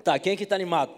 tá. Quem aqui está animado?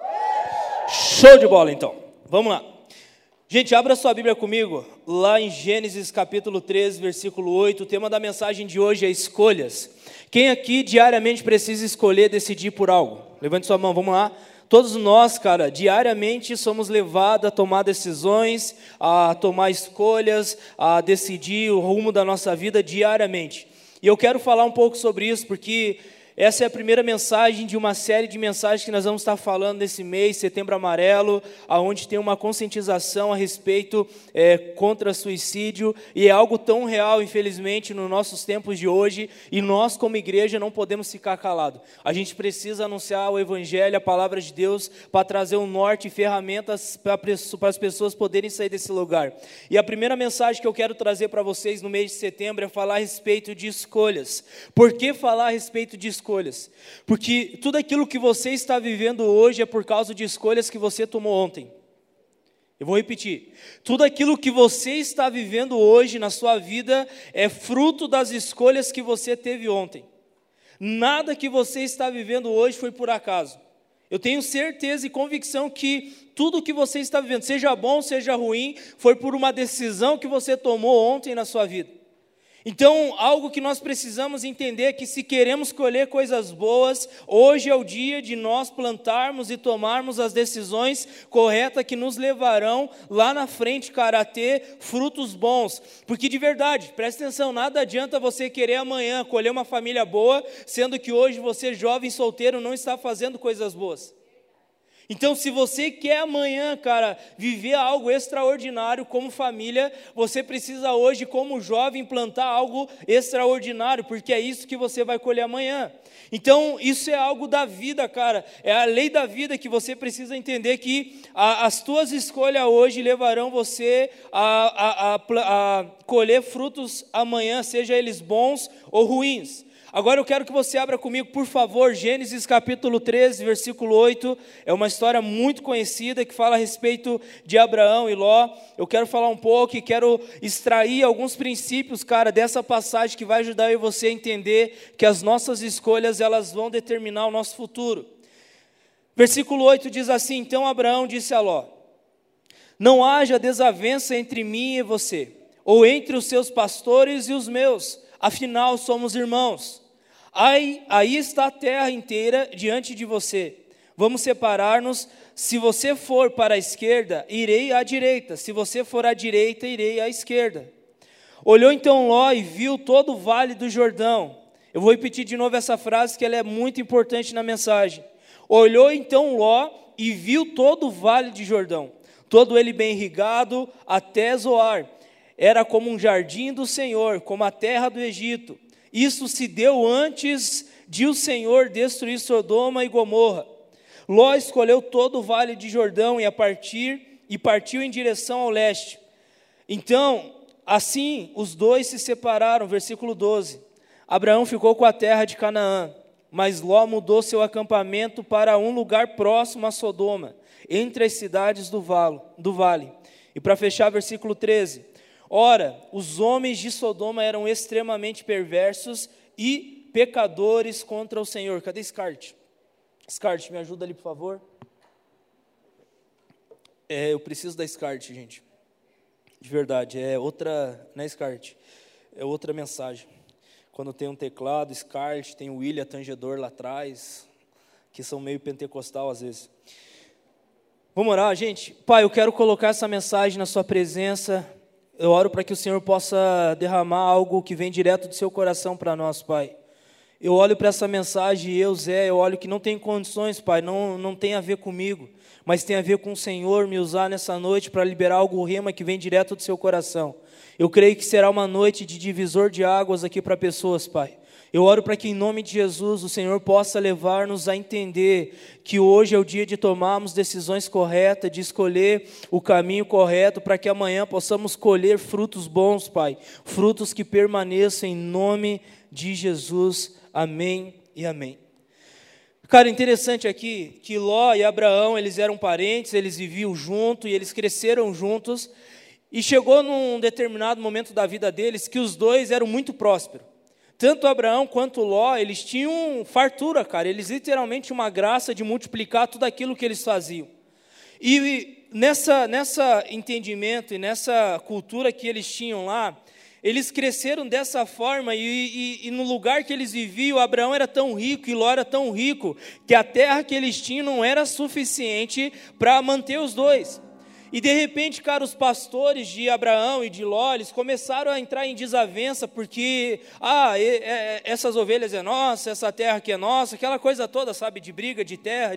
Show de bola, então. Vamos lá. Gente, abra sua Bíblia comigo, lá em Gênesis capítulo 13, versículo 8. O tema da mensagem de hoje é escolhas. Quem aqui diariamente precisa escolher, decidir por algo? Levante sua mão, vamos lá. Todos nós, cara, diariamente somos levados a tomar decisões, a tomar escolhas, a decidir o rumo da nossa vida diariamente. E eu quero falar um pouco sobre isso, porque essa é a primeira mensagem de uma série de mensagens que nós vamos estar falando nesse mês, Setembro Amarelo, onde tem uma conscientização a respeito contra suicídio, e é algo tão real, infelizmente, nos nossos tempos de hoje, e nós, como igreja, não podemos ficar calados. A gente precisa anunciar o Evangelho, a Palavra de Deus, para trazer um norte e ferramentas para as pessoas poderem sair desse lugar. E a primeira mensagem que eu quero trazer para vocês no mês de setembro é falar a respeito de escolhas. Por que falar a respeito de escolhas? Porque tudo aquilo que você está vivendo hoje é por causa de escolhas que você tomou ontem. Eu vou repetir. Tudo aquilo que você está vivendo hoje na sua vida é fruto das escolhas que você teve ontem. Nada que você está vivendo hoje foi por acaso. Eu tenho certeza e convicção que tudo que você está vivendo, seja bom, seja ruim, foi por uma decisão que você tomou ontem na sua vida. Então, algo que nós precisamos entender é que se queremos colher coisas boas, hoje é o dia de nós plantarmos e tomarmos as decisões corretas que nos levarão lá na frente, cara, a ter frutos bons. Porque de verdade, presta atenção, nada adianta você querer amanhã colher uma família boa, sendo que hoje você, jovem solteiro, não está fazendo coisas boas. Então, se você quer amanhã, cara, viver algo extraordinário como família, você precisa hoje, como jovem, plantar algo extraordinário, porque é isso que você vai colher amanhã. Então, isso é algo da vida, cara, é a lei da vida que você precisa entender que as tuas escolhas hoje levarão você a colher frutos amanhã, seja eles bons ou ruins. Agora eu quero que você abra comigo, por favor, Gênesis capítulo 13, versículo 8, é uma história muito conhecida que fala a respeito de Abraão e Ló. Eu quero falar um pouco e quero extrair alguns princípios, cara, dessa passagem que vai ajudar eu e você a entender que as nossas escolhas, elas vão determinar o nosso futuro. Versículo 8 diz assim: então Abraão disse a Ló: não haja desavença entre mim e você, ou entre os seus pastores e os meus, afinal somos irmãos. Aí está a terra inteira diante de você. Vamos separar-nos. Se você for para a esquerda, irei à direita. Se você for à direita, irei à esquerda. Olhou então Ló e viu todo o vale do Jordão. Eu vou repetir de novo essa frase, que ela é muito importante na mensagem. Olhou então Ló e viu todo o vale de Jordão, todo ele bem irrigado até Zoar. Era como um jardim do Senhor, como a terra do Egito. Isso se deu antes de o Senhor destruir Sodoma e Gomorra. Ló escolheu todo o vale de Jordão e partiu em direção ao leste. Então, assim, os dois se separaram. Versículo 12. Abraão ficou com a terra de Canaã, mas Ló mudou seu acampamento para um lugar próximo a Sodoma, entre as cidades do vale. E para fechar, versículo 13. Ora, os homens de Sodoma eram extremamente perversos e pecadores contra o Senhor. Cadê Scart? Scart, me ajuda ali, por favor. Eu preciso da Scart, gente. De verdade, não é Scart, é outra mensagem. Quando tem um teclado, Scart, tem o William Tangedor lá atrás, que são meio pentecostal às vezes. Vamos orar, gente? Pai, eu quero colocar essa mensagem na sua presença. Eu oro para que o Senhor possa derramar algo que vem direto do seu coração para nós, Pai. Eu olho para essa mensagem e eu olho que não tem condições, Pai, não tem a ver comigo, mas tem a ver com o Senhor me usar nessa noite para liberar algo rema que vem direto do seu coração. Eu creio que será uma noite de divisor de águas aqui para pessoas, Pai. Eu oro para que em nome de Jesus o Senhor possa levar-nos a entender que hoje é o dia de tomarmos decisões corretas, de escolher o caminho correto, para que amanhã possamos colher frutos bons, Pai, frutos que permaneçam em nome de Jesus, amém e amém. Cara, interessante aqui que Ló e Abraão, eles eram parentes, eles viviam juntos e eles cresceram juntos, e chegou num determinado momento da vida deles que os dois eram muito prósperos. tanto Abraão quanto Ló, eles tinham fartura, cara. Eles literalmente tinham uma graça de multiplicar tudo aquilo que eles faziam. E nessa entendimento e nessa cultura que eles tinham lá, eles cresceram dessa forma e no lugar que eles viviam, Abraão era tão rico e Ló era tão rico, que a terra que eles tinham não era suficiente para manter os dois. E de repente, cara, os pastores de Abraão e de Ló, eles começaram a entrar em desavença, porque, essas ovelhas é nossa, essa terra aqui é nossa, aquela coisa toda, sabe, de briga, de terra,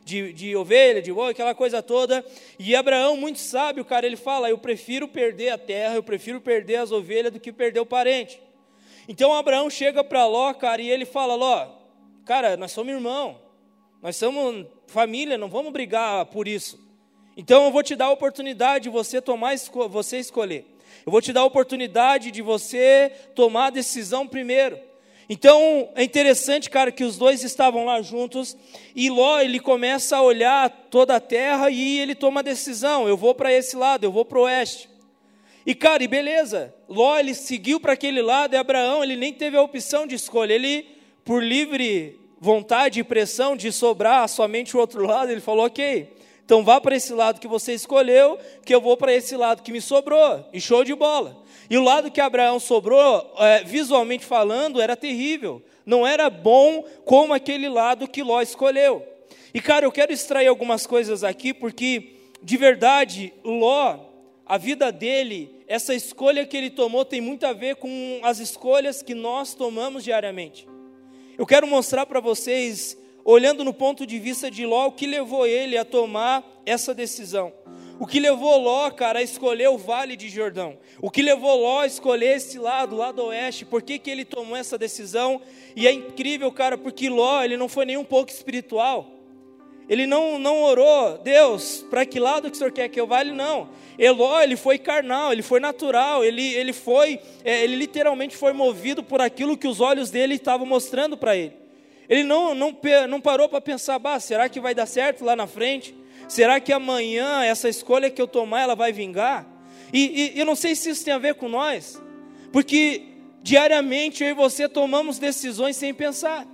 de ovelha, de boi, aquela coisa toda. E Abraão, muito sábio, cara, ele fala, eu prefiro perder a terra, eu prefiro perder as ovelhas do que perder o parente. Então Abraão chega para Ló, cara, e ele fala, Ló, cara, nós somos irmão, nós somos família, não vamos brigar por isso. Então eu vou te dar a oportunidade de você você escolher. Eu vou te dar a oportunidade de você tomar a decisão primeiro. Então é interessante, cara, que os dois estavam lá juntos e Ló, ele começa a olhar toda a terra e ele toma a decisão, eu vou para esse lado, eu vou para o oeste. E cara, e beleza, Ló, ele seguiu para aquele lado e Abraão, ele nem teve a opção de escolha, ele, por livre vontade e pressão de sobrar somente o outro lado, ele falou, ok, então vá para esse lado que você escolheu, que eu vou para esse lado que me sobrou, e show de bola. E o lado que Abraão sobrou, visualmente falando, era terrível, não era bom como aquele lado que Ló escolheu. E cara, eu quero extrair algumas coisas aqui, porque de verdade, Ló, a vida dele, essa escolha que ele tomou tem muito a ver com as escolhas que nós tomamos diariamente. Eu quero mostrar para vocês, olhando no ponto de vista de Ló, o que levou ele a tomar essa decisão. O que levou Ló, cara, a escolher o Vale de Jordão. O que levou Ló a escolher esse lado, o lado oeste. Por que ele tomou essa decisão? E é incrível, cara, porque Ló, ele não foi nem um pouco espiritual. Ele não orou, Deus, para que lado que o Senhor quer que eu vá? Ele não. Ló, ele foi carnal, ele foi natural, ele literalmente foi movido por aquilo que os olhos dele estavam mostrando para ele. Ele não parou para pensar, será que vai dar certo lá na frente? Será que amanhã essa escolha que eu tomar, ela vai vingar? E eu não sei se isso tem a ver com nós, porque diariamente eu e você tomamos decisões sem pensar.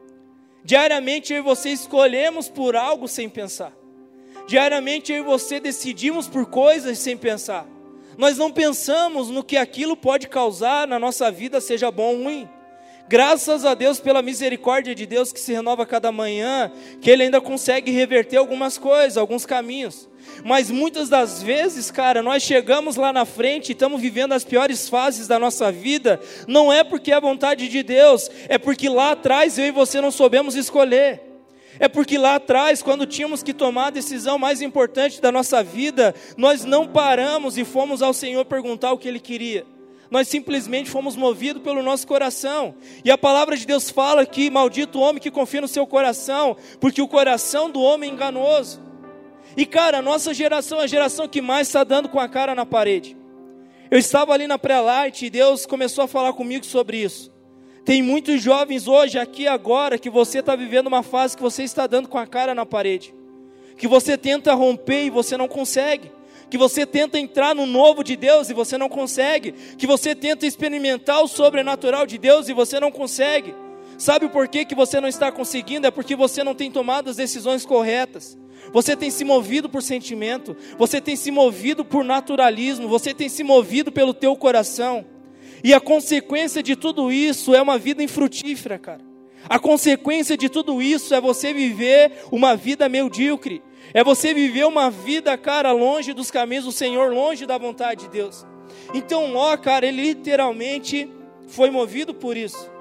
Diariamente eu e você escolhemos por algo sem pensar. Diariamente eu e você decidimos por coisas sem pensar. Nós não pensamos no que aquilo pode causar na nossa vida, seja bom ou ruim. Graças a Deus pela misericórdia de Deus que se renova cada manhã, que Ele ainda consegue reverter algumas coisas, alguns caminhos. Mas muitas das vezes, cara, nós chegamos lá na frente e estamos vivendo as piores fases da nossa vida, não é porque é a vontade de Deus, é porque lá atrás eu e você não soubemos escolher. É porque lá atrás, quando tínhamos que tomar a decisão mais importante da nossa vida, nós não paramos e fomos ao Senhor perguntar o que Ele queria. Nós simplesmente fomos movidos pelo nosso coração. E a palavra de Deus fala que maldito o homem que confia no seu coração, porque o coração do homem é enganoso. E cara, a nossa geração é a geração que mais está dando com a cara na parede. Eu estava ali na pré-light e Deus começou a falar comigo sobre isso. Tem muitos jovens hoje, aqui agora, que você está vivendo uma fase que você está dando com a cara na parede. Que você tenta romper e você não consegue. Que você tenta entrar no novo de Deus e você não consegue. Que você tenta experimentar o sobrenatural de Deus e você não consegue. Sabe por que você não está conseguindo? É porque você não tem tomado as decisões corretas. Você tem se movido por sentimento. Você tem se movido por naturalismo. Você tem se movido pelo teu coração. E a consequência de tudo isso é uma vida infrutífera, cara. A consequência de tudo isso é você viver uma vida medíocre. É você viver uma vida, cara, longe dos caminhos do Senhor, longe da vontade de Deus. Então Ló, cara, ele literalmente foi movido por isso.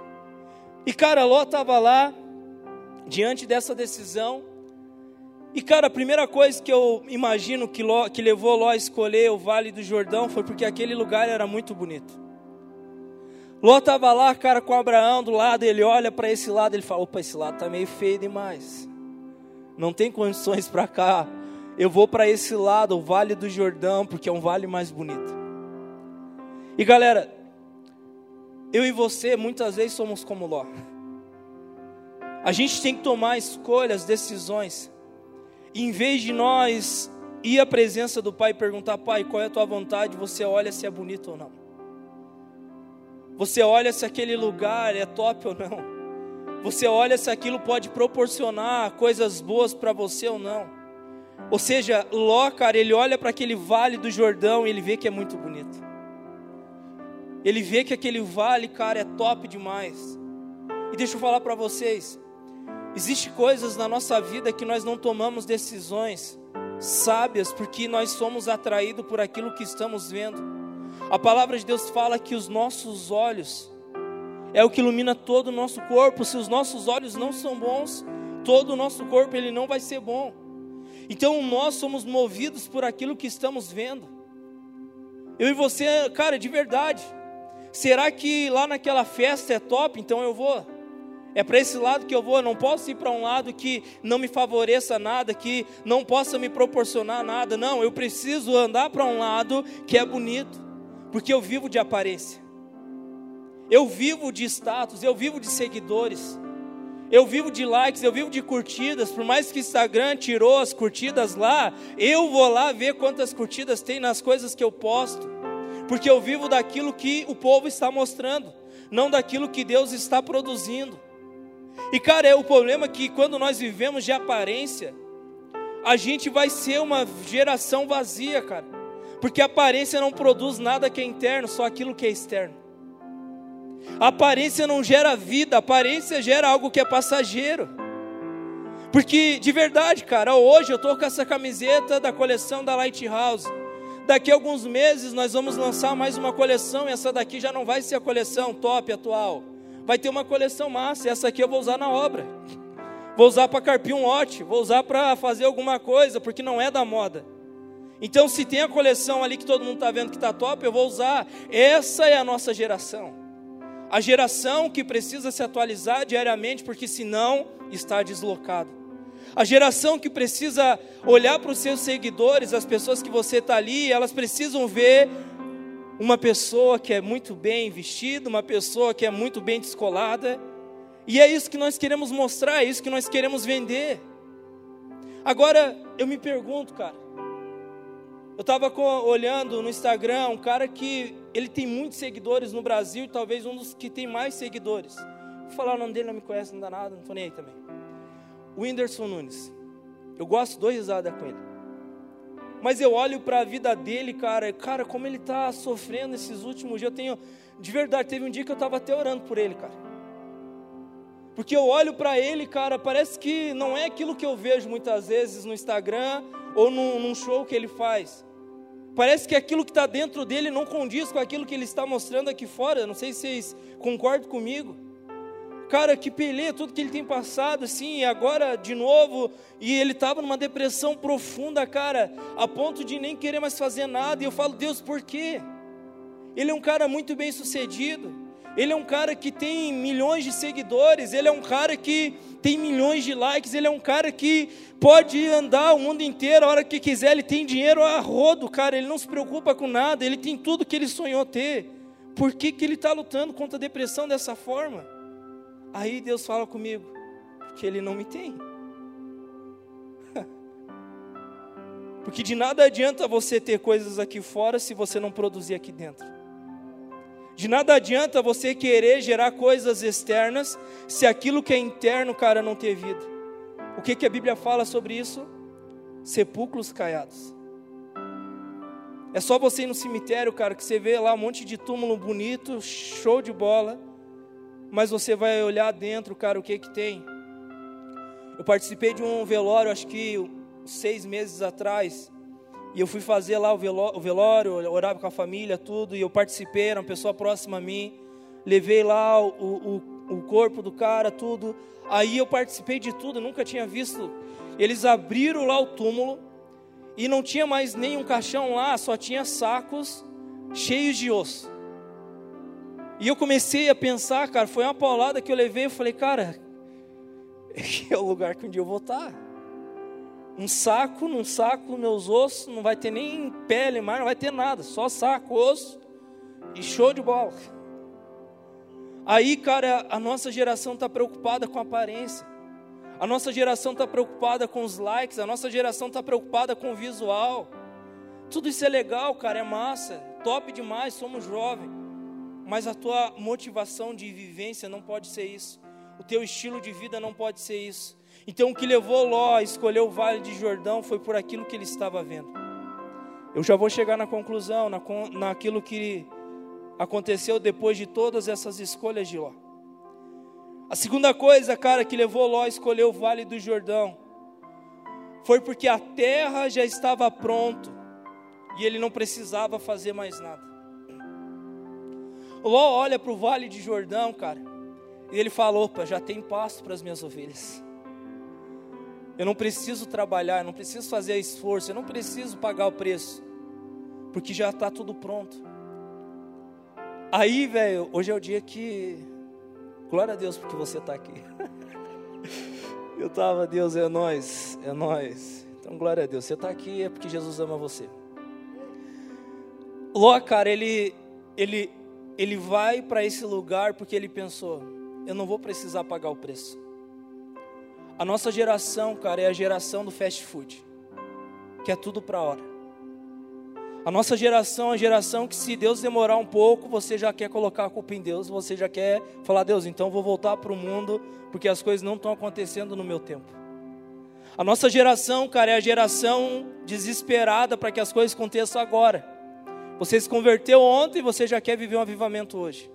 E cara, Ló estava lá, diante dessa decisão. E cara, a primeira coisa que eu imagino que levou Ló a escolher o Vale do Jordão foi porque aquele lugar era muito bonito. Ló estava lá, cara, com Abraão do lado, ele olha para esse lado, ele fala, opa, esse lado está meio feio demais. Não tem condições para cá, eu vou para esse lado, o Vale do Jordão, porque é um vale mais bonito. E galera, eu e você muitas vezes somos como Ló. A gente tem que tomar escolhas, decisões. E em vez de nós ir à presença do Pai e perguntar, Pai, qual é a tua vontade? Você olha se é bonito ou não. Você olha se aquele lugar é top ou não. Você olha se aquilo pode proporcionar coisas boas para você ou não. Ou seja, Ló, cara, ele olha para aquele vale do Jordão e ele vê que é muito bonito. Ele vê que aquele vale, cara, é top demais. E deixa eu falar para vocês, existem coisas na nossa vida que nós não tomamos decisões sábias porque nós somos atraídos por aquilo que estamos vendo. A palavra de Deus fala que os nossos olhos é o que ilumina todo o nosso corpo. Se os nossos olhos não são bons, todo o nosso corpo ele não vai ser bom. Então nós somos movidos por aquilo que estamos vendo. Eu e você, cara, de verdade, será que lá naquela festa é top? Então eu vou. É para esse lado que eu vou. Eu não posso ir para um lado que não me favoreça nada, que não possa me proporcionar nada. Não, eu preciso andar para um lado que é bonito, porque eu vivo de aparência, eu vivo de status, eu vivo de seguidores, eu vivo de likes, eu vivo de curtidas. Por mais que o Instagram tirou as curtidas lá, eu vou lá ver quantas curtidas tem nas coisas que eu posto, porque eu vivo daquilo que o povo está mostrando, não daquilo que Deus está produzindo. E cara, o problema é que quando nós vivemos de aparência, a gente vai ser uma geração vazia, cara, porque a aparência não produz nada que é interno, só aquilo que é externo. A aparência não gera vida, a aparência gera algo que é passageiro. Porque de verdade, cara, hoje eu estou com essa camiseta da coleção da Lighthouse. Daqui a alguns meses nós vamos lançar mais uma coleção, e essa daqui já não vai ser a coleção top atual. Vai ter uma coleção massa, e essa aqui eu vou usar na obra. Vou usar para carpir um lote, vou usar para fazer alguma coisa, porque não é da moda. Então se tem a coleção ali que todo mundo está vendo que está top, eu vou usar. Essa é a nossa geração. A geração que precisa se atualizar diariamente, porque senão está deslocado. A geração que precisa olhar para os seus seguidores, as pessoas que você está ali, elas precisam ver uma pessoa que é muito bem vestida, uma pessoa que é muito bem descolada. E é isso que nós queremos mostrar, é isso que nós queremos vender. Agora, eu me pergunto, cara, eu estava olhando no Instagram, um cara que ele tem muitos seguidores no Brasil, talvez um dos que tem mais seguidores. Vou falar o nome dele, não me conhece, não dá nada, não estou nem aí também. O Whindersson Nunes. Eu gosto, dou risada com ele. Mas eu olho para a vida dele, cara, como ele está sofrendo esses últimos dias. De verdade, teve um dia que eu estava até orando por ele, cara. Porque eu olho para ele, cara, parece que não é aquilo que eu vejo muitas vezes no Instagram ou num show que ele faz. Parece que aquilo que está dentro dele não condiz com aquilo que ele está mostrando aqui fora. Não sei se vocês concordam comigo. Cara, que peleia, tudo que ele tem passado, assim, e agora de novo, e ele estava numa depressão profunda, cara, a ponto de nem querer mais fazer nada. E eu falo, Deus, por quê? Ele é um cara muito bem sucedido, ele é um cara que tem milhões de seguidores, ele é um cara que tem milhões de likes, ele é um cara que pode andar o mundo inteiro a hora que quiser, ele tem dinheiro a rodo, cara, ele não se preocupa com nada, ele tem tudo que ele sonhou ter. Por que ele está lutando contra a depressão dessa forma? Aí Deus fala comigo, porque ele não me tem. Porque de nada adianta você ter coisas aqui fora se você não produzir aqui dentro. De nada adianta você querer gerar coisas externas se aquilo que é interno, cara, não ter vida. O que a Bíblia fala sobre isso? Sepulcros caiados. É só você ir no cemitério, cara, que você vê lá um monte de túmulo bonito, show de bola. Mas você vai olhar dentro, cara, o que tem. Eu participei de um velório, acho que 6 meses atrás. E eu fui fazer lá o velório, eu orava com a família, tudo. E eu participei, era uma pessoa próxima a mim. Levei lá o corpo do cara, tudo. Aí eu participei de tudo, nunca tinha visto. Eles abriram lá o túmulo. E não tinha mais nenhum caixão lá, só tinha sacos cheios de osso. E eu comecei a pensar, cara, foi uma paulada que eu levei, eu falei, cara, é o lugar que um dia eu vou estar. Num saco, meus ossos, não vai ter nem pele mais, não vai ter nada, só saco, osso e show de bola. Aí, cara, a nossa geração está preocupada com a aparência, a nossa geração está preocupada com os likes, a nossa geração está preocupada com o visual. Tudo isso é legal, cara, é massa, top demais, somos jovens. mas a tua motivação de vivência não pode ser isso. O teu estilo de vida não pode ser isso. Então o que levou Ló a escolher o Vale de Jordão foi por aquilo que ele estava vendo. Eu já vou chegar na conclusão, naquilo que aconteceu depois de todas essas escolhas de Ló. A segunda coisa, cara, que levou Ló a escolher o Vale do Jordão foi porque a terra já estava pronta e ele não precisava fazer mais nada. Ló olha para o Vale de Jordão, cara, e ele fala: opa, já tem pasto para as minhas ovelhas. Eu não preciso trabalhar, eu não preciso fazer esforço, eu não preciso pagar o preço, porque já está tudo pronto. Aí, velho, hoje é o dia que... Glória a Deus porque você está aqui. Deus, é nós. Então, glória a Deus, você está aqui é porque Jesus ama você. Ló, cara, ele vai para esse lugar porque ele pensou: eu não vou precisar pagar o preço. A nossa geração, cara, é a geração do fast food, que é tudo para a hora. A nossa geração é a geração que, se Deus demorar um pouco, você já quer colocar a culpa em Deus, você já quer falar: Deus, então vou voltar para o mundo, porque as coisas não estão acontecendo no meu tempo. A nossa geração, cara, é a geração desesperada para que as coisas aconteçam agora. Você se converteu ontem e você já quer viver um avivamento hoje.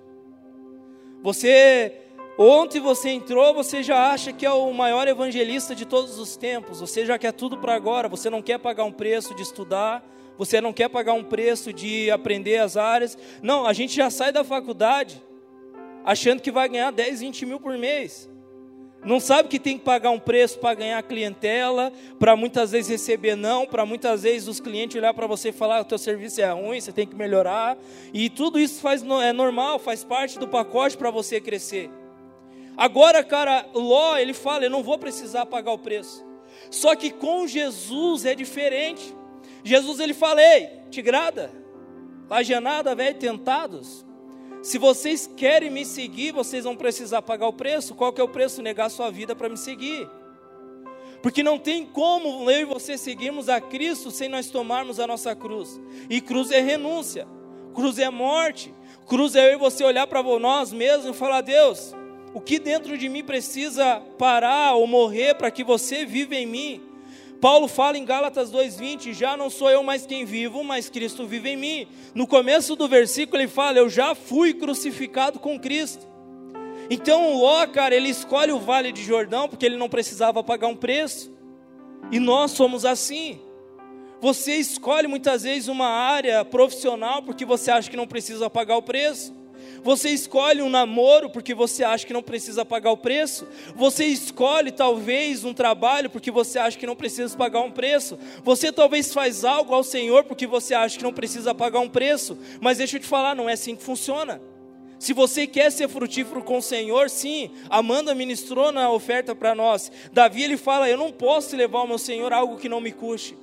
Ontem você entrou, você já acha que é o maior evangelista de todos os tempos. Você já quer tudo para agora, você não quer pagar um preço de estudar, você não quer pagar um preço de aprender as áreas. Não, a gente já sai da faculdade achando que vai ganhar 10, 20 mil por mês. Não sabe que tem que pagar um preço para ganhar clientela, para muitas vezes receber não, para muitas vezes os clientes olhar para você e falar: o teu serviço é ruim, você tem que melhorar. E tudo isso é normal, faz parte do pacote para você crescer. Agora, cara, Ló, ele fala: eu não vou precisar pagar o preço. Só que com Jesus é diferente. Jesus, ele fala: ei, tigrada, lajanada, velho, tentados, se vocês querem me seguir, vocês vão precisar pagar o preço. Qual que é o preço? Negar sua vida para me seguir. Porque não tem como eu e você seguirmos a Cristo sem nós tomarmos a nossa cruz. E cruz é renúncia, cruz é morte, cruz é eu e você olhar para nós mesmos e falar: Deus, o que dentro de mim precisa parar ou morrer para que você viva em mim? Paulo fala em Gálatas 2:20, já não sou eu mais quem vivo, mas Cristo vive em mim. No começo do versículo ele fala: eu já fui crucificado com Cristo. Então Ló, cara, ele escolhe o Vale de Jordão porque ele não precisava pagar um preço. E nós somos assim. Você escolhe muitas vezes uma área profissional porque você acha que não precisa pagar o preço. Você escolhe um namoro porque você acha que não precisa pagar o preço. Você escolhe talvez um trabalho porque você acha que não precisa pagar um preço. Você talvez faz algo ao Senhor porque você acha que não precisa pagar um preço. Mas deixa eu te falar, não é assim que funciona. Se você quer ser frutífero com o Senhor, sim, Amanda ministrou na oferta para nós. Davi, ele fala: eu não posso levar ao meu Senhor algo que não me custe.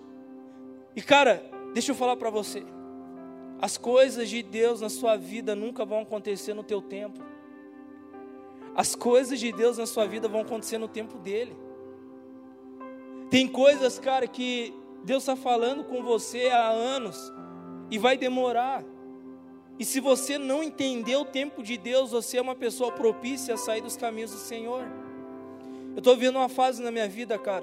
E cara, deixa eu falar para você, as coisas de Deus na sua vida nunca vão acontecer no teu tempo. As coisas de Deus na sua vida vão acontecer no tempo dele. Tem coisas, cara, que Deus está falando com você há anos e vai demorar. E se você não entender o tempo de Deus, você é uma pessoa propícia a sair dos caminhos do Senhor. Eu estou vivendo uma fase na minha vida, cara,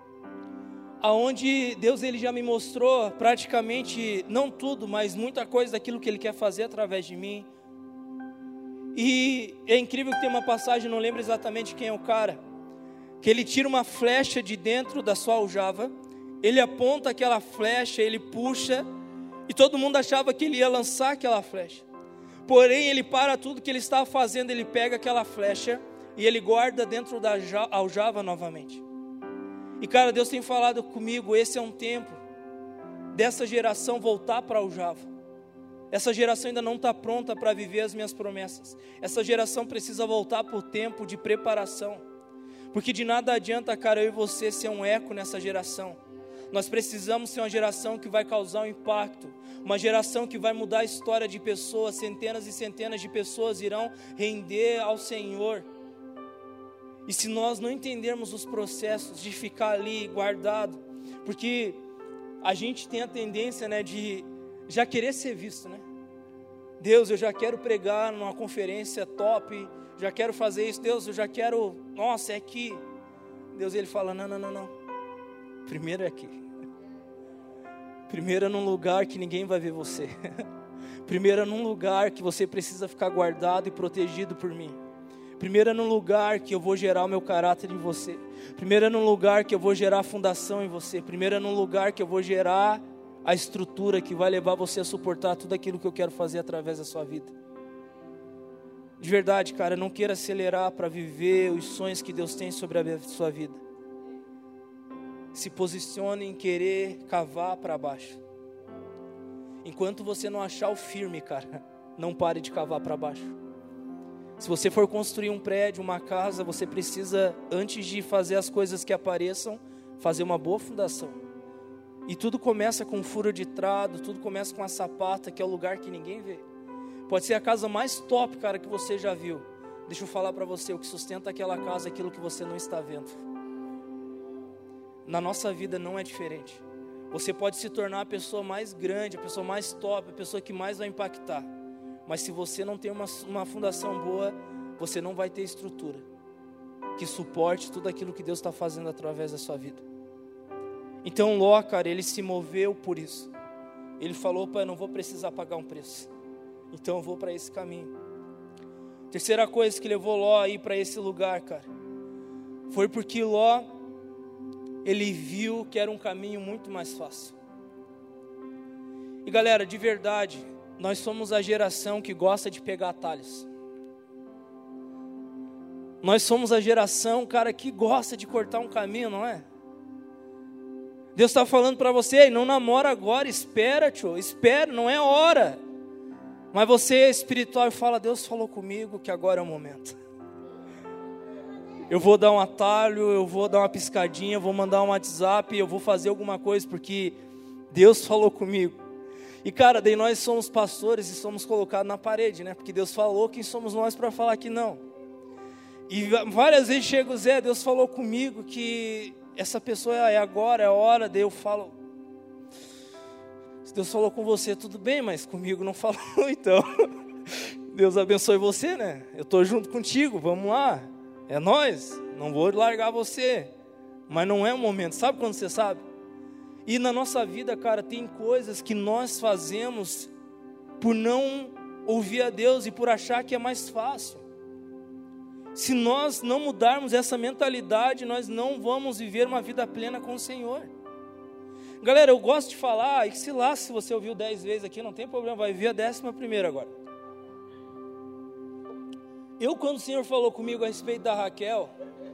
aonde Deus, ele já me mostrou praticamente, não tudo, mas muita coisa daquilo que Ele quer fazer através de mim. E é incrível que tem uma passagem, não lembro exatamente quem é o cara, que ele tira uma flecha de dentro da sua aljava, ele aponta aquela flecha, ele puxa, e todo mundo achava que ele ia lançar aquela flecha. Porém, ele para tudo que ele estava fazendo, ele pega aquela flecha e ele guarda dentro da aljava novamente. E cara, Deus tem falado comigo, esse é um tempo dessa geração voltar para a aljava. Essa geração ainda não está pronta para viver as minhas promessas. Essa geração precisa voltar para o tempo de preparação. Porque de nada adianta, cara, eu e você ser um eco nessa geração. Nós precisamos ser uma geração que vai causar um impacto. Uma geração que vai mudar a história de pessoas. Centenas e centenas de pessoas irão render ao Senhor. E se nós não entendermos os processos de ficar ali guardado, porque a gente tem a tendência, né, de já querer ser visto, né? Deus, eu já quero pregar numa conferência top, já quero fazer isso. Deus, eu já quero, nossa, é aqui. Deus, Ele fala, não. Primeiro é aqui. Primeiro é num lugar que ninguém vai ver você. Primeiro é num lugar que você precisa ficar guardado e protegido por mim. Primeiro é num lugar que eu vou gerar o meu caráter em você. Primeiro é num lugar que eu vou gerar a fundação em você. Primeiro é num lugar que eu vou gerar a estrutura que vai levar você a suportar tudo aquilo que eu quero fazer através da sua vida. De verdade, cara, não queira acelerar para viver os sonhos que Deus tem sobre a sua vida. Se posicione em querer cavar para baixo. Enquanto você não achar o firme, cara, não pare de cavar para baixo. Se você for construir um prédio, uma casa, você precisa, antes de fazer as coisas que apareçam, fazer uma boa fundação. E tudo começa com um furo de trado, tudo começa com a sapata, que é o lugar que ninguém vê. Pode ser a casa mais top, cara, que você já viu. Deixa eu falar para você, o que sustenta aquela casa é aquilo que você não está vendo. Na nossa vida não é diferente. Você pode se tornar a pessoa mais grande, a pessoa mais top, a pessoa que mais vai impactar. Mas se você não tem uma fundação boa, você não vai ter estrutura que suporte tudo aquilo que Deus está fazendo através da sua vida. Então Ló, cara, ele se moveu por isso. Ele falou, pai, eu não vou precisar pagar um preço. Então eu vou para esse caminho. Terceira coisa que levou Ló a ir para esse lugar, cara, foi porque Ló, ele viu que era um caminho muito mais fácil. E galera, de verdade, nós somos a geração que gosta de pegar atalhos. Nós somos a geração, cara, que gosta de cortar um caminho, não é? Deus está falando para você, não namora agora, espera, tio, espera, não é hora. Mas você é espiritual e fala, Deus falou comigo que agora é o momento. Eu vou dar um atalho, eu vou dar uma piscadinha, eu vou mandar um WhatsApp, eu vou fazer alguma coisa, porque Deus falou comigo. E cara, daí nós somos pastores e somos colocados na parede, né? Porque Deus falou, quem somos nós para falar que não? E várias vezes chega o Zé, Deus falou comigo que essa pessoa é agora, é a hora. Daí eu falo, se Deus falou com você, tudo bem, mas comigo não falou, então Deus abençoe você, né? Eu estou junto contigo, vamos lá, é nós, não vou largar você, mas não é o momento. Sabe quando você sabe? E na nossa vida, cara, tem coisas que nós fazemos por não ouvir a Deus e por achar que é mais fácil. Se nós não mudarmos essa mentalidade, nós não vamos viver uma vida plena com o Senhor. Galera, eu gosto de falar, e se lá, se você ouviu 10 vezes aqui, não tem problema, vai vir a 11ª agora. Quando o Senhor falou comigo a respeito da Raquel,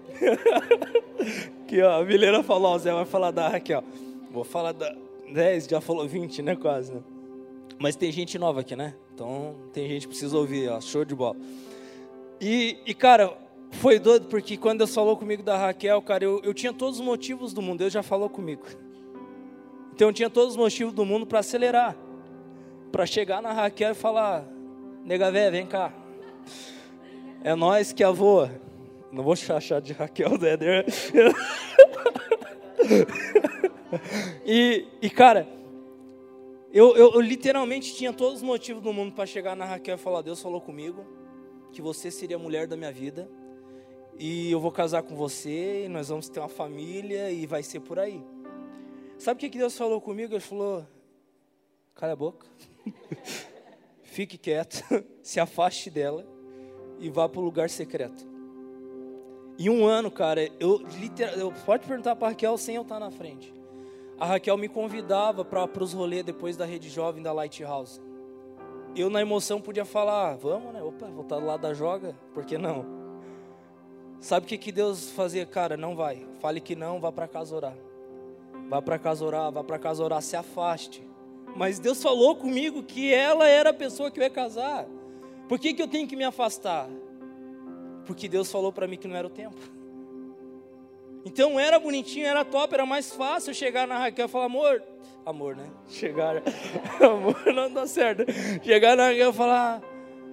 aqui ó, a Vileira falou, o Zé vai falar da Raquel. Vou falar da 10, já falou 20, né, quase, né? Mas tem gente nova aqui, né? Então, tem gente que precisa ouvir, ó, show de bola. E cara, foi doido, porque quando Deus falou comigo da Raquel, cara, eu tinha todos os motivos do mundo, Deus já falou comigo. Então, eu tinha todos os motivos do mundo para acelerar, para chegar na Raquel e falar, nega véia, vem cá. É nós que voa. Não vou chachar de Raquel, né? E cara, eu literalmente tinha todos os motivos do mundo para chegar na Raquel e falar, Deus falou comigo que você seria a mulher da minha vida, e eu vou casar com você, e nós vamos ter uma família, e vai ser por aí. Sabe o que Deus falou comigo? Ele falou, cala a boca, fique quieto, se afaste dela, e vá para o lugar secreto. E um ano, cara, eu pode perguntar para a Raquel sem eu estar na frente. A Raquel me convidava para os rolês depois da Rede Jovem da Lighthouse. Eu na emoção podia falar, vamos, né? Opa, vou estar do lado da joga, por que não? Sabe o que Deus fazia? Cara, não vai, fale que não, vá para casa orar. Vá para casa orar, vá para casa orar, se afaste. Mas Deus falou comigo que ela era a pessoa que eu ia casar. Por que eu tenho que me afastar? Porque Deus falou para mim que não era o tempo. Então era bonitinho, era top, era mais fácil chegar na Raquel e falar, amor, né? Chegar, amor, não dá certo. Chegar na Raquel e falar,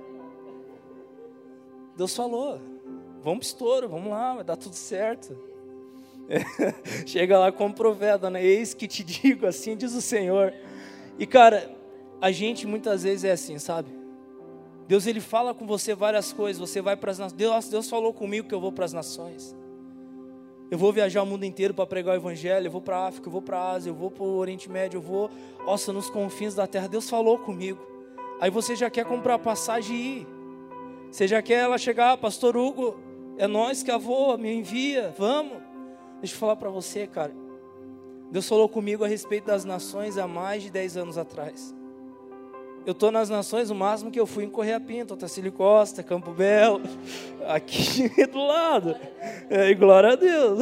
Deus falou, vamos pro estouro, vamos lá, vai dar tudo certo. Chega lá como profeta, né? Eis que te digo, assim diz o Senhor. E cara, a gente muitas vezes é assim, sabe? Deus, Ele fala com você várias coisas. Você vai para as nações. Deus falou comigo que eu vou para as nações. Eu vou viajar o mundo inteiro para pregar o Evangelho. Eu vou para a África, eu vou para a Ásia, eu vou para o Oriente Médio, eu vou, nossa, nos confins da terra. Deus falou comigo. Aí você já quer comprar a passagem e ir. Você já quer ela chegar, Pastor Hugo, é nós que a voa, me envia, vamos. Deixa eu falar para você, cara. Deus falou comigo a respeito das nações há mais de 10 anos atrás. Eu estou nas nações, o máximo que eu fui em Correia Pinto, Otacílio Costa, Campo Belo, aqui do lado. E glória a Deus.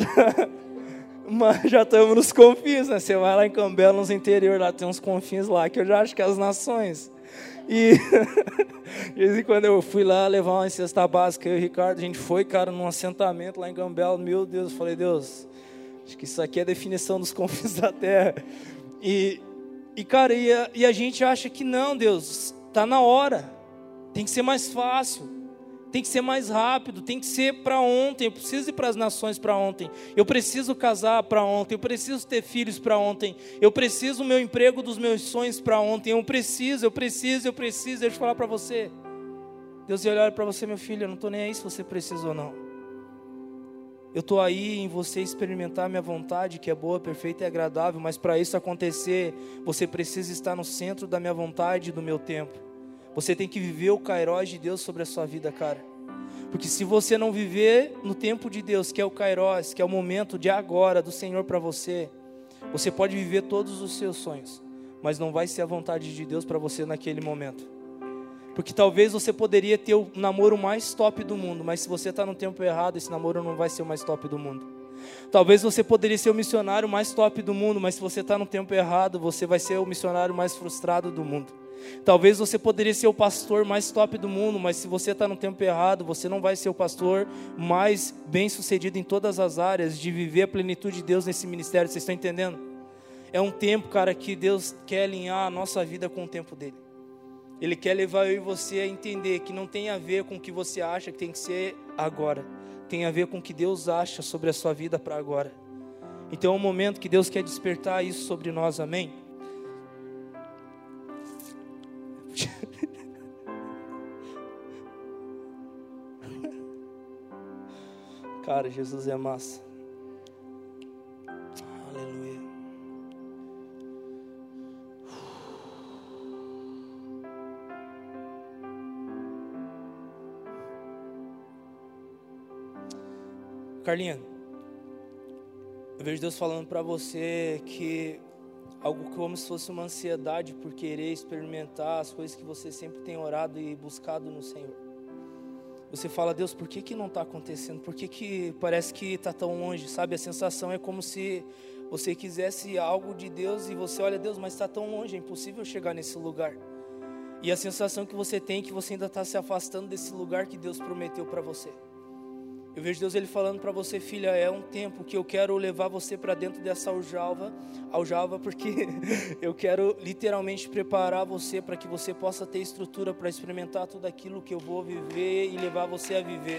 Mas já estamos nos confins, né? Você vai lá em Campo Belo, nos interior, lá tem uns confins lá, que eu já acho que é as nações. E de vez em quando eu fui lá levar uma cesta básica, eu e o Ricardo, a gente foi, cara, num assentamento lá em Campo Belo. Meu Deus, eu falei, Deus, acho que isso aqui é a definição dos confins da terra. Cara, a gente acha que não, Deus, está na hora, tem que ser mais fácil, tem que ser mais rápido, tem que ser para ontem. Eu preciso ir para as nações para ontem, eu preciso casar para ontem, eu preciso ter filhos para ontem, eu preciso o meu emprego dos meus sonhos para ontem, eu preciso, deixa eu falar para você. Deus ia olhar para você, meu filho, eu não estou nem aí se você precisa ou não. Eu estou aí em você experimentar a minha vontade, que é boa, perfeita e agradável, mas para isso acontecer, você precisa estar no centro da minha vontade e do meu tempo. Você tem que viver o Kairos de Deus sobre a sua vida, cara. Porque se você não viver no tempo de Deus, que é o Kairos, que é o momento de agora do Senhor para você, você pode viver todos os seus sonhos, mas não vai ser a vontade de Deus para você naquele momento. Porque talvez você poderia ter o namoro mais top do mundo, mas se você está no tempo errado, esse namoro não vai ser o mais top do mundo. Talvez você poderia ser o missionário mais top do mundo, mas se você está no tempo errado, você vai ser o missionário mais frustrado do mundo. Talvez você poderia ser o pastor mais top do mundo, mas se você está no tempo errado, você não vai ser o pastor mais bem sucedido em todas as áreas de viver a plenitude de Deus nesse ministério. Vocês estão entendendo? É um tempo, cara, que Deus quer alinhar a nossa vida com o tempo dele. Ele quer levar eu e você a entender que não tem a ver com o que você acha que tem que ser agora. Tem a ver com o que Deus acha sobre a sua vida para agora. Então é um momento que Deus quer despertar isso sobre nós, amém? Cara, Jesus é massa. Aleluia. Carlinha, eu vejo Deus falando para você que algo como se fosse uma ansiedade por querer experimentar as coisas que você sempre tem orado e buscado no Senhor. Você fala, Deus, por que não está acontecendo? Por que parece que está tão longe, sabe? A sensação é como se você quisesse algo de Deus e você olha, Deus, mas está tão longe, é impossível chegar nesse lugar. E a sensação que você tem é que você ainda está se afastando desse lugar que Deus prometeu para você. Eu vejo Deus ele falando para você, filha, é um tempo que eu quero levar você para dentro dessa aljava, porque eu quero literalmente preparar você para que você possa ter estrutura para experimentar tudo aquilo que eu vou viver e levar você a viver.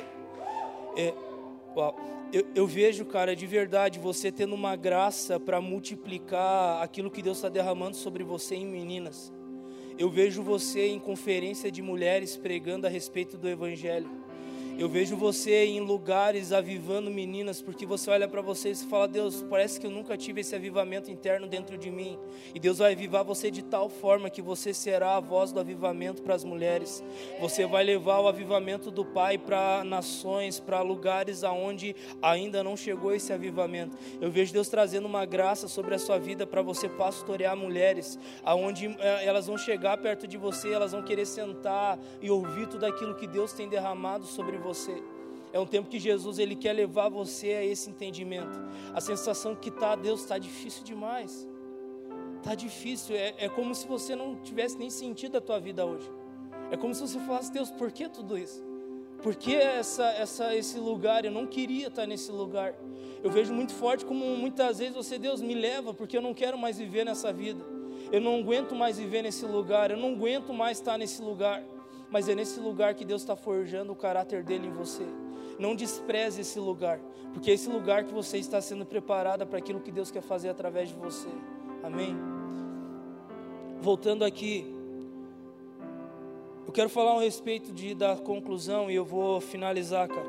Eu vejo, cara, de verdade, você tendo uma graça para multiplicar aquilo que Deus está derramando sobre você em meninas. Eu vejo você em conferência de mulheres pregando a respeito do Evangelho. Eu vejo você em lugares avivando meninas, porque você olha para você e fala, Deus, parece que eu nunca tive esse avivamento interno dentro de mim. E Deus vai avivar você de tal forma que você será a voz do avivamento para as mulheres. Você vai levar o avivamento do Pai para nações, para lugares aonde ainda não chegou esse avivamento. Eu vejo Deus trazendo uma graça sobre a sua vida para você pastorear mulheres, aonde elas vão chegar perto de você, elas vão querer sentar e ouvir tudo aquilo que Deus tem derramado sobre você. É um tempo que Jesus ele quer levar você a esse entendimento. A sensação que Deus, está difícil demais. Está difícil, é como se você não tivesse nem sentido a tua vida hoje. É como se você falasse, Deus, por que tudo isso? Por que esse lugar? Eu não queria estar nesse lugar. Eu vejo muito forte como muitas vezes você, Deus, me leva, porque eu não quero mais viver nessa vida. Eu não aguento mais viver nesse lugar, eu não aguento mais estar nesse lugar. Mas é nesse lugar que Deus está forjando o caráter dele em você. Não despreze esse lugar, porque é esse lugar que você está sendo preparada para aquilo que Deus quer fazer através de você. Amém? Voltando aqui, Eu quero falar a respeito da conclusão e eu vou finalizar, cara.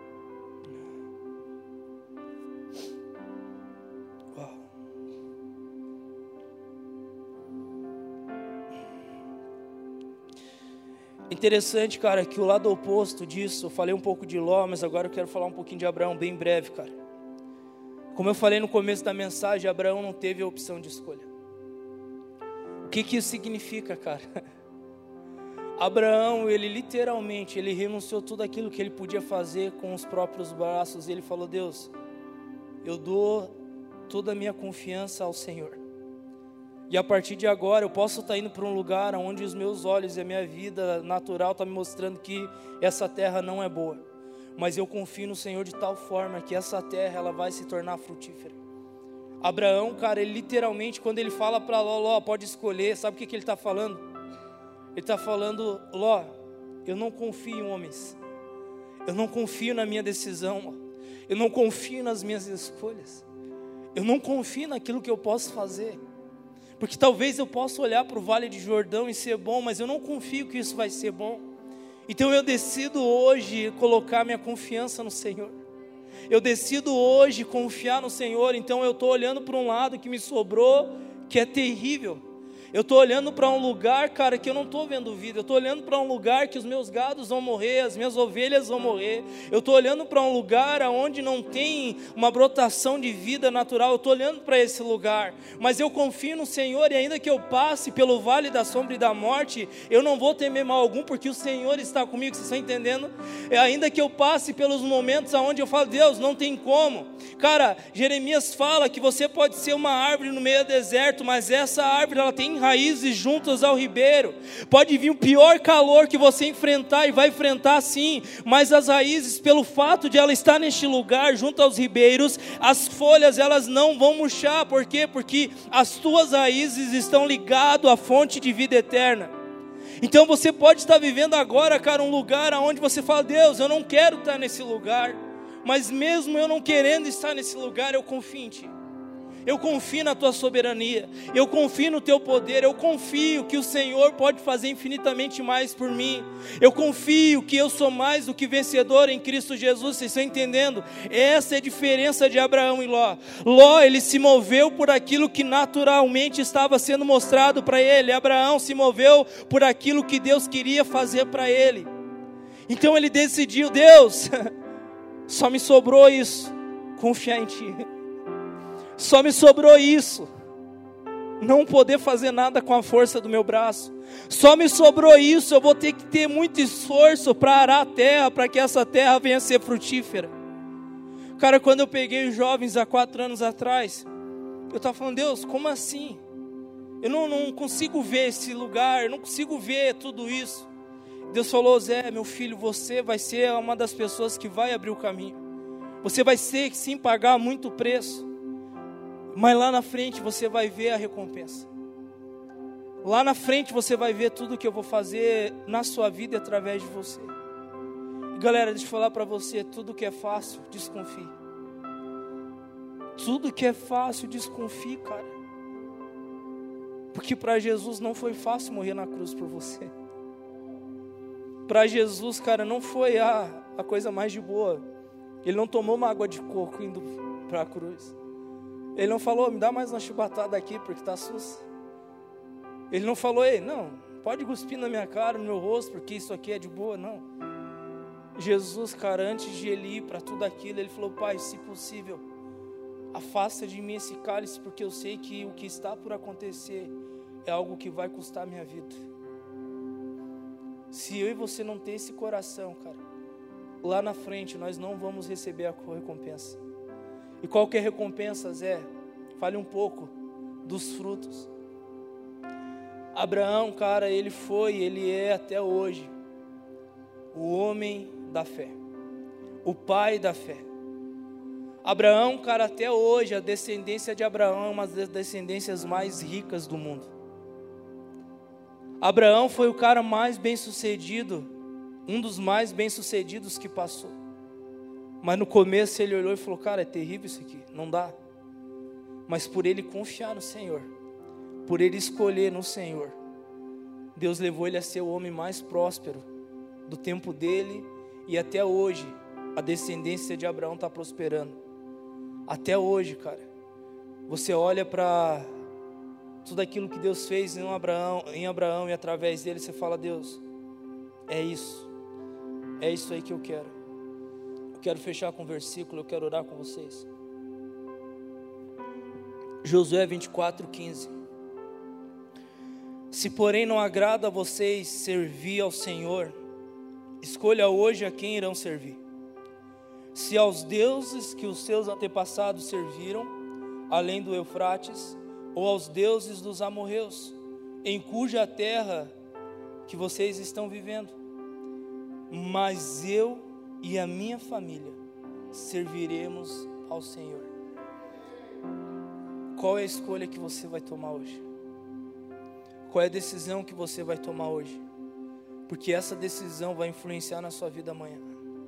Uau. Interessante, cara, que o lado oposto disso, eu falei um pouco de Ló, mas agora eu quero falar um pouquinho de Abraão, bem breve, cara. Como eu falei no começo da mensagem, Abraão não teve a opção de escolha. O que isso significa, cara? Abraão, ele literalmente, ele renunciou tudo aquilo que ele podia fazer com os próprios braços. Ele falou: Deus, eu dou toda a minha confiança ao Senhor. E a partir de agora eu posso estar indo para um lugar onde os meus olhos e a minha vida natural estão me mostrando que essa terra não é boa. Mas eu confio no Senhor de tal forma que essa terra ela vai se tornar frutífera. Abraão, cara, ele literalmente, quando ele fala para Ló, pode escolher, sabe o que ele está falando? Ele está falando: Ló, eu não confio em homens, eu não confio na minha decisão, eu não confio nas minhas escolhas, eu não confio naquilo que eu posso fazer, porque talvez eu possa olhar para o Vale de Jordão e ser bom, mas eu não confio que isso vai ser bom. Então eu decido hoje colocar minha confiança no Senhor, eu decido hoje confiar no Senhor. Então eu estou olhando para um lado que me sobrou, que é terrível. Eu estou olhando para um lugar, cara, que eu não estou vendo vida. Eu estou olhando para um lugar que os meus gados vão morrer, as minhas ovelhas vão morrer. Eu estou olhando para um lugar onde não tem uma brotação de vida natural. Eu estou olhando para esse lugar, mas eu confio no Senhor. E ainda que eu passe pelo vale da sombra e da morte, eu não vou temer mal algum, porque o Senhor está comigo. Vocês estão entendendo? Ainda que eu passe pelos momentos onde eu falo: Deus, não tem como. Cara, Jeremias fala que você pode ser uma árvore no meio do deserto, mas essa árvore ela tem raízes juntas ao ribeiro. Pode vir o pior calor que você enfrentar, e vai enfrentar sim, mas as raízes, pelo fato de ela estar neste lugar junto aos ribeiros, as folhas elas não vão murchar. Por quê? Porque as tuas raízes estão ligadas à fonte de vida eterna. Então você pode estar vivendo agora, cara, um lugar onde você fala: Deus, eu não quero estar nesse lugar, mas mesmo eu não querendo estar nesse lugar, eu confio em Ti. Eu confio na Tua soberania, eu confio no Teu poder, eu confio que o Senhor pode fazer infinitamente mais por mim. Eu confio que eu sou mais do que vencedor em Cristo Jesus. Vocês estão entendendo? Essa é a diferença de Abraão e Ló. Ló, ele se moveu por aquilo que naturalmente estava sendo mostrado para ele. Abraão se moveu por aquilo que Deus queria fazer para ele. Então ele decidiu: Deus, só me sobrou isso, confiar em Ti. Só me sobrou isso, não poder fazer nada com a força do meu braço. Só me sobrou isso, eu vou ter que ter muito esforço para arar a terra, para que essa terra venha a ser frutífera. Cara, quando eu peguei os jovens há 4 anos atrás, eu estava falando: Deus, como assim? Eu não consigo ver esse lugar, eu não consigo ver tudo isso. Deus falou: Zé, meu filho, você vai ser uma das pessoas que vai abrir o caminho. Você vai ter que sim pagar muito preço, mas lá na frente você vai ver a recompensa. Lá na frente você vai ver tudo que eu vou fazer na sua vida e através de você. E galera, deixa eu falar para você: tudo que é fácil, desconfie. Tudo que é fácil, desconfie, cara. Porque para Jesus não foi fácil morrer na cruz por você. Para Jesus, cara, não foi a coisa mais de boa. Ele não tomou uma água de coco indo para a cruz. Ele não falou: me dá mais uma chibatada aqui porque está sus. Ele não falou: ei, não, pode cuspir na minha cara, no meu rosto, porque isso aqui é de boa. Não. Jesus, cara, antes de ele ir para tudo aquilo, ele falou: Pai, se possível, afasta de mim esse cálice, porque eu sei que o que está por acontecer é algo que vai custar a minha vida. Se eu e você não ter esse coração, cara, lá na frente nós não vamos receber a recompensa. E qual que é a recompensa, Zé? Fale um pouco dos frutos. Abraão, cara, ele é até hoje o homem da fé, o pai da fé. Abraão, cara, até hoje a descendência de Abraão é uma das descendências mais ricas do mundo. Abraão foi o cara mais bem sucedido, um dos mais bem sucedidos que passou. Mas no começo ele olhou e falou: cara, é terrível isso aqui, não dá. Mas por ele confiar no Senhor, por ele escolher no Senhor, Deus levou ele a ser o homem mais próspero do tempo dele, e até hoje a descendência de Abraão está prosperando. Até hoje, cara, você olha para tudo aquilo que Deus fez em Abraão e através dele, você fala: Deus, é isso aí que eu quero. Eu quero fechar com um versículo, eu quero orar com vocês. Josué 24:15. Se porém não agrada a vocês servir ao Senhor, escolha hoje a quem irão servir. Se aos deuses que os seus antepassados serviram, além do Eufrates, ou aos deuses dos amorreus, em cuja terra que vocês estão vivendo. Mas eu e a minha família serviremos ao Senhor. Qual é a escolha que você vai tomar hoje? Qual é a decisão que você vai tomar hoje? Porque essa decisão vai influenciar na sua vida amanhã.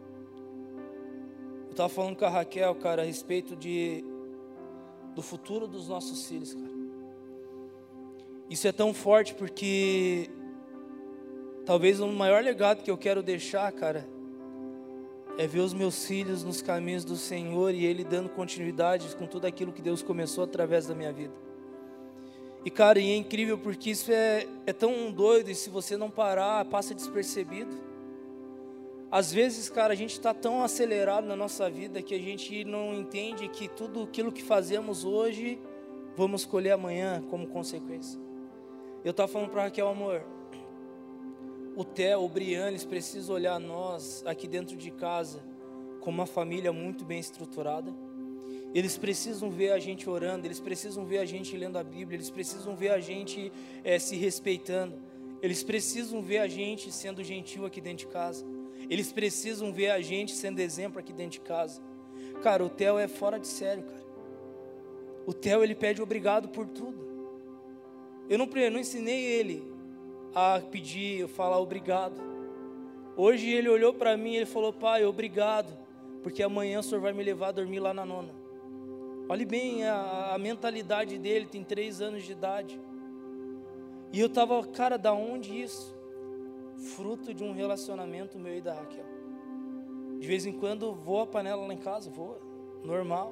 Eu estava falando com a Raquel, cara, a respeito do futuro dos nossos filhos, cara. Isso é tão forte porque talvez o maior legado que eu quero deixar, cara, é ver os meus filhos nos caminhos do Senhor e Ele dando continuidade com tudo aquilo que Deus começou através da minha vida. E cara, e é incrível porque isso é tão doido, e se você não parar, passa despercebido. Às vezes, cara, a gente está tão acelerado na nossa vida que a gente não entende que tudo aquilo que fazemos hoje, vamos colher amanhã como consequência. Eu estava falando para Raquel: amor, o Theo, o Brian, eles precisam olhar nós aqui dentro de casa como uma família muito bem estruturada. Eles precisam ver a gente orando, eles precisam ver a gente lendo a Bíblia, eles precisam ver a gente se respeitando, eles precisam ver a gente sendo gentil aqui dentro de casa, eles precisam ver a gente sendo exemplo aqui dentro de casa. Cara, o Theo é fora de sério, cara. O Theo, ele pede obrigado por tudo. Eu não ensinei ele a pedir, falar obrigado. Hoje ele olhou para mim e ele falou: pai, obrigado, porque amanhã o senhor vai me levar a dormir lá na nona. Olhe bem a mentalidade dele, tem 3 anos de idade. E eu estava, cara, da onde isso? Fruto de um relacionamento meu e da Raquel. De vez em quando voa a panela lá em casa, voa, normal.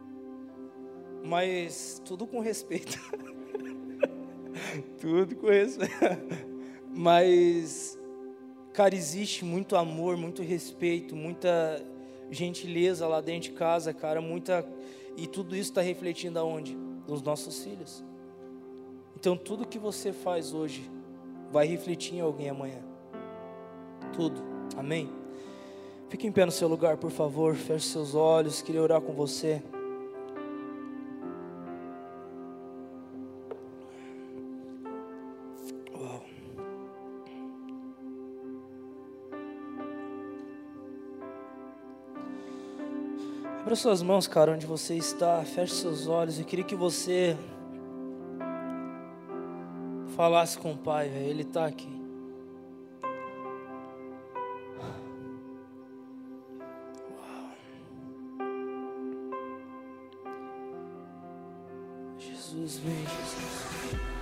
Mas tudo com respeito. Tudo com respeito. Mas, cara, existe muito amor, muito respeito, muita gentileza lá dentro de casa, cara, e tudo isso está refletindo aonde? Nos nossos filhos. Então tudo que você faz hoje vai refletir em alguém amanhã. Tudo, amém? Fique em pé no seu lugar, por favor, feche seus olhos, queria orar com você. Uau. Abra suas mãos, cara, onde você está, feche seus olhos. Eu queria que você falasse com o Pai, velho. Ele está aqui. Uau. Jesus, vem, Jesus.